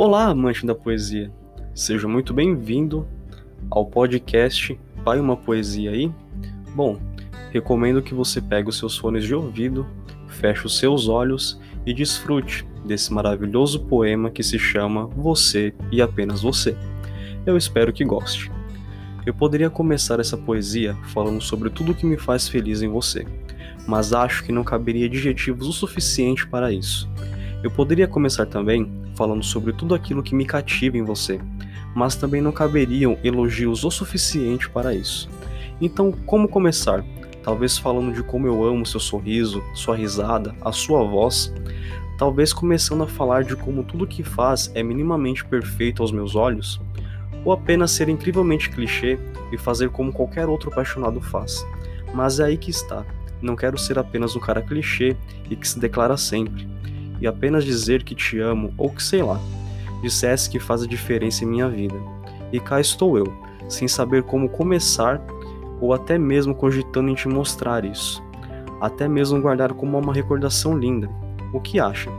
Olá, amante da poesia. Seja muito bem-vindo ao podcast Vai uma Poesia aí? Bom, recomendo que você pegue os seus fones de ouvido, feche os seus olhos e desfrute desse maravilhoso poema que se chama Você e Apenas Você. Eu espero que goste. Eu poderia começar essa poesia falando sobre tudo o que me faz feliz em você, mas acho que não caberia adjetivos o suficiente para isso. Eu poderia começar também falando sobre tudo aquilo que me cativa em você, mas também não caberiam elogios o suficiente para isso. Então, como começar? Talvez falando de como eu amo seu sorriso, sua risada, a sua voz. Talvez começando a falar de como tudo que faz é minimamente perfeito aos meus olhos. Ou apenas ser incrivelmente clichê e fazer como qualquer outro apaixonado faz. Mas é aí que está. Não quero ser apenas um cara clichê e que se declara sempre. E apenas dizer que te amo ou que sei lá, dissesse que faz a diferença em minha vida. E cá estou eu, sem saber como começar ou até mesmo cogitando em te mostrar isso. Até mesmo guardar como uma recordação linda. O que acha?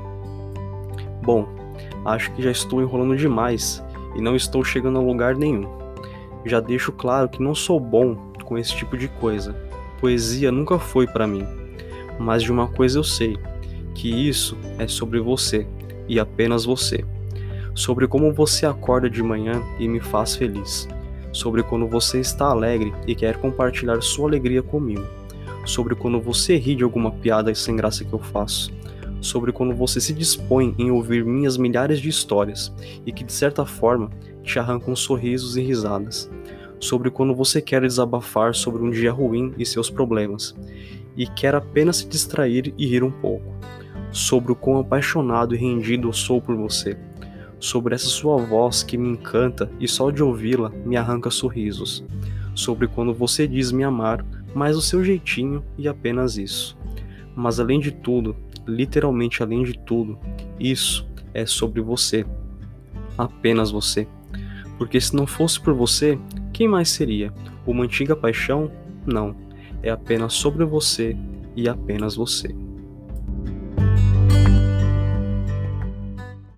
Bom, acho que já estou enrolando demais e não estou chegando a lugar nenhum. Já deixo claro que não sou bom com esse tipo de coisa. Poesia nunca foi para mim. Mas de uma coisa eu sei, que isso é sobre você e apenas você. Sobre como você acorda de manhã e me faz feliz. Sobre quando você está alegre e quer compartilhar sua alegria comigo. Sobre quando você ri de alguma piada sem graça que eu faço. Sobre quando você se dispõe em ouvir minhas milhares de histórias e que de certa forma te arrancam sorrisos e risadas. Sobre quando você quer desabafar sobre um dia ruim e seus problemas e quer apenas se distrair e rir um pouco. Sobre o quão apaixonado e rendido eu sou por você. Sobre essa sua voz que me encanta e só de ouvi-la me arranca sorrisos. Sobre quando você diz me amar, mas o seu jeitinho e apenas isso. Mas além de tudo, literalmente além de tudo, isso é sobre você. Apenas você. Porque se não fosse por você, quem mais seria? Uma antiga paixão? Não. É apenas sobre você e apenas você.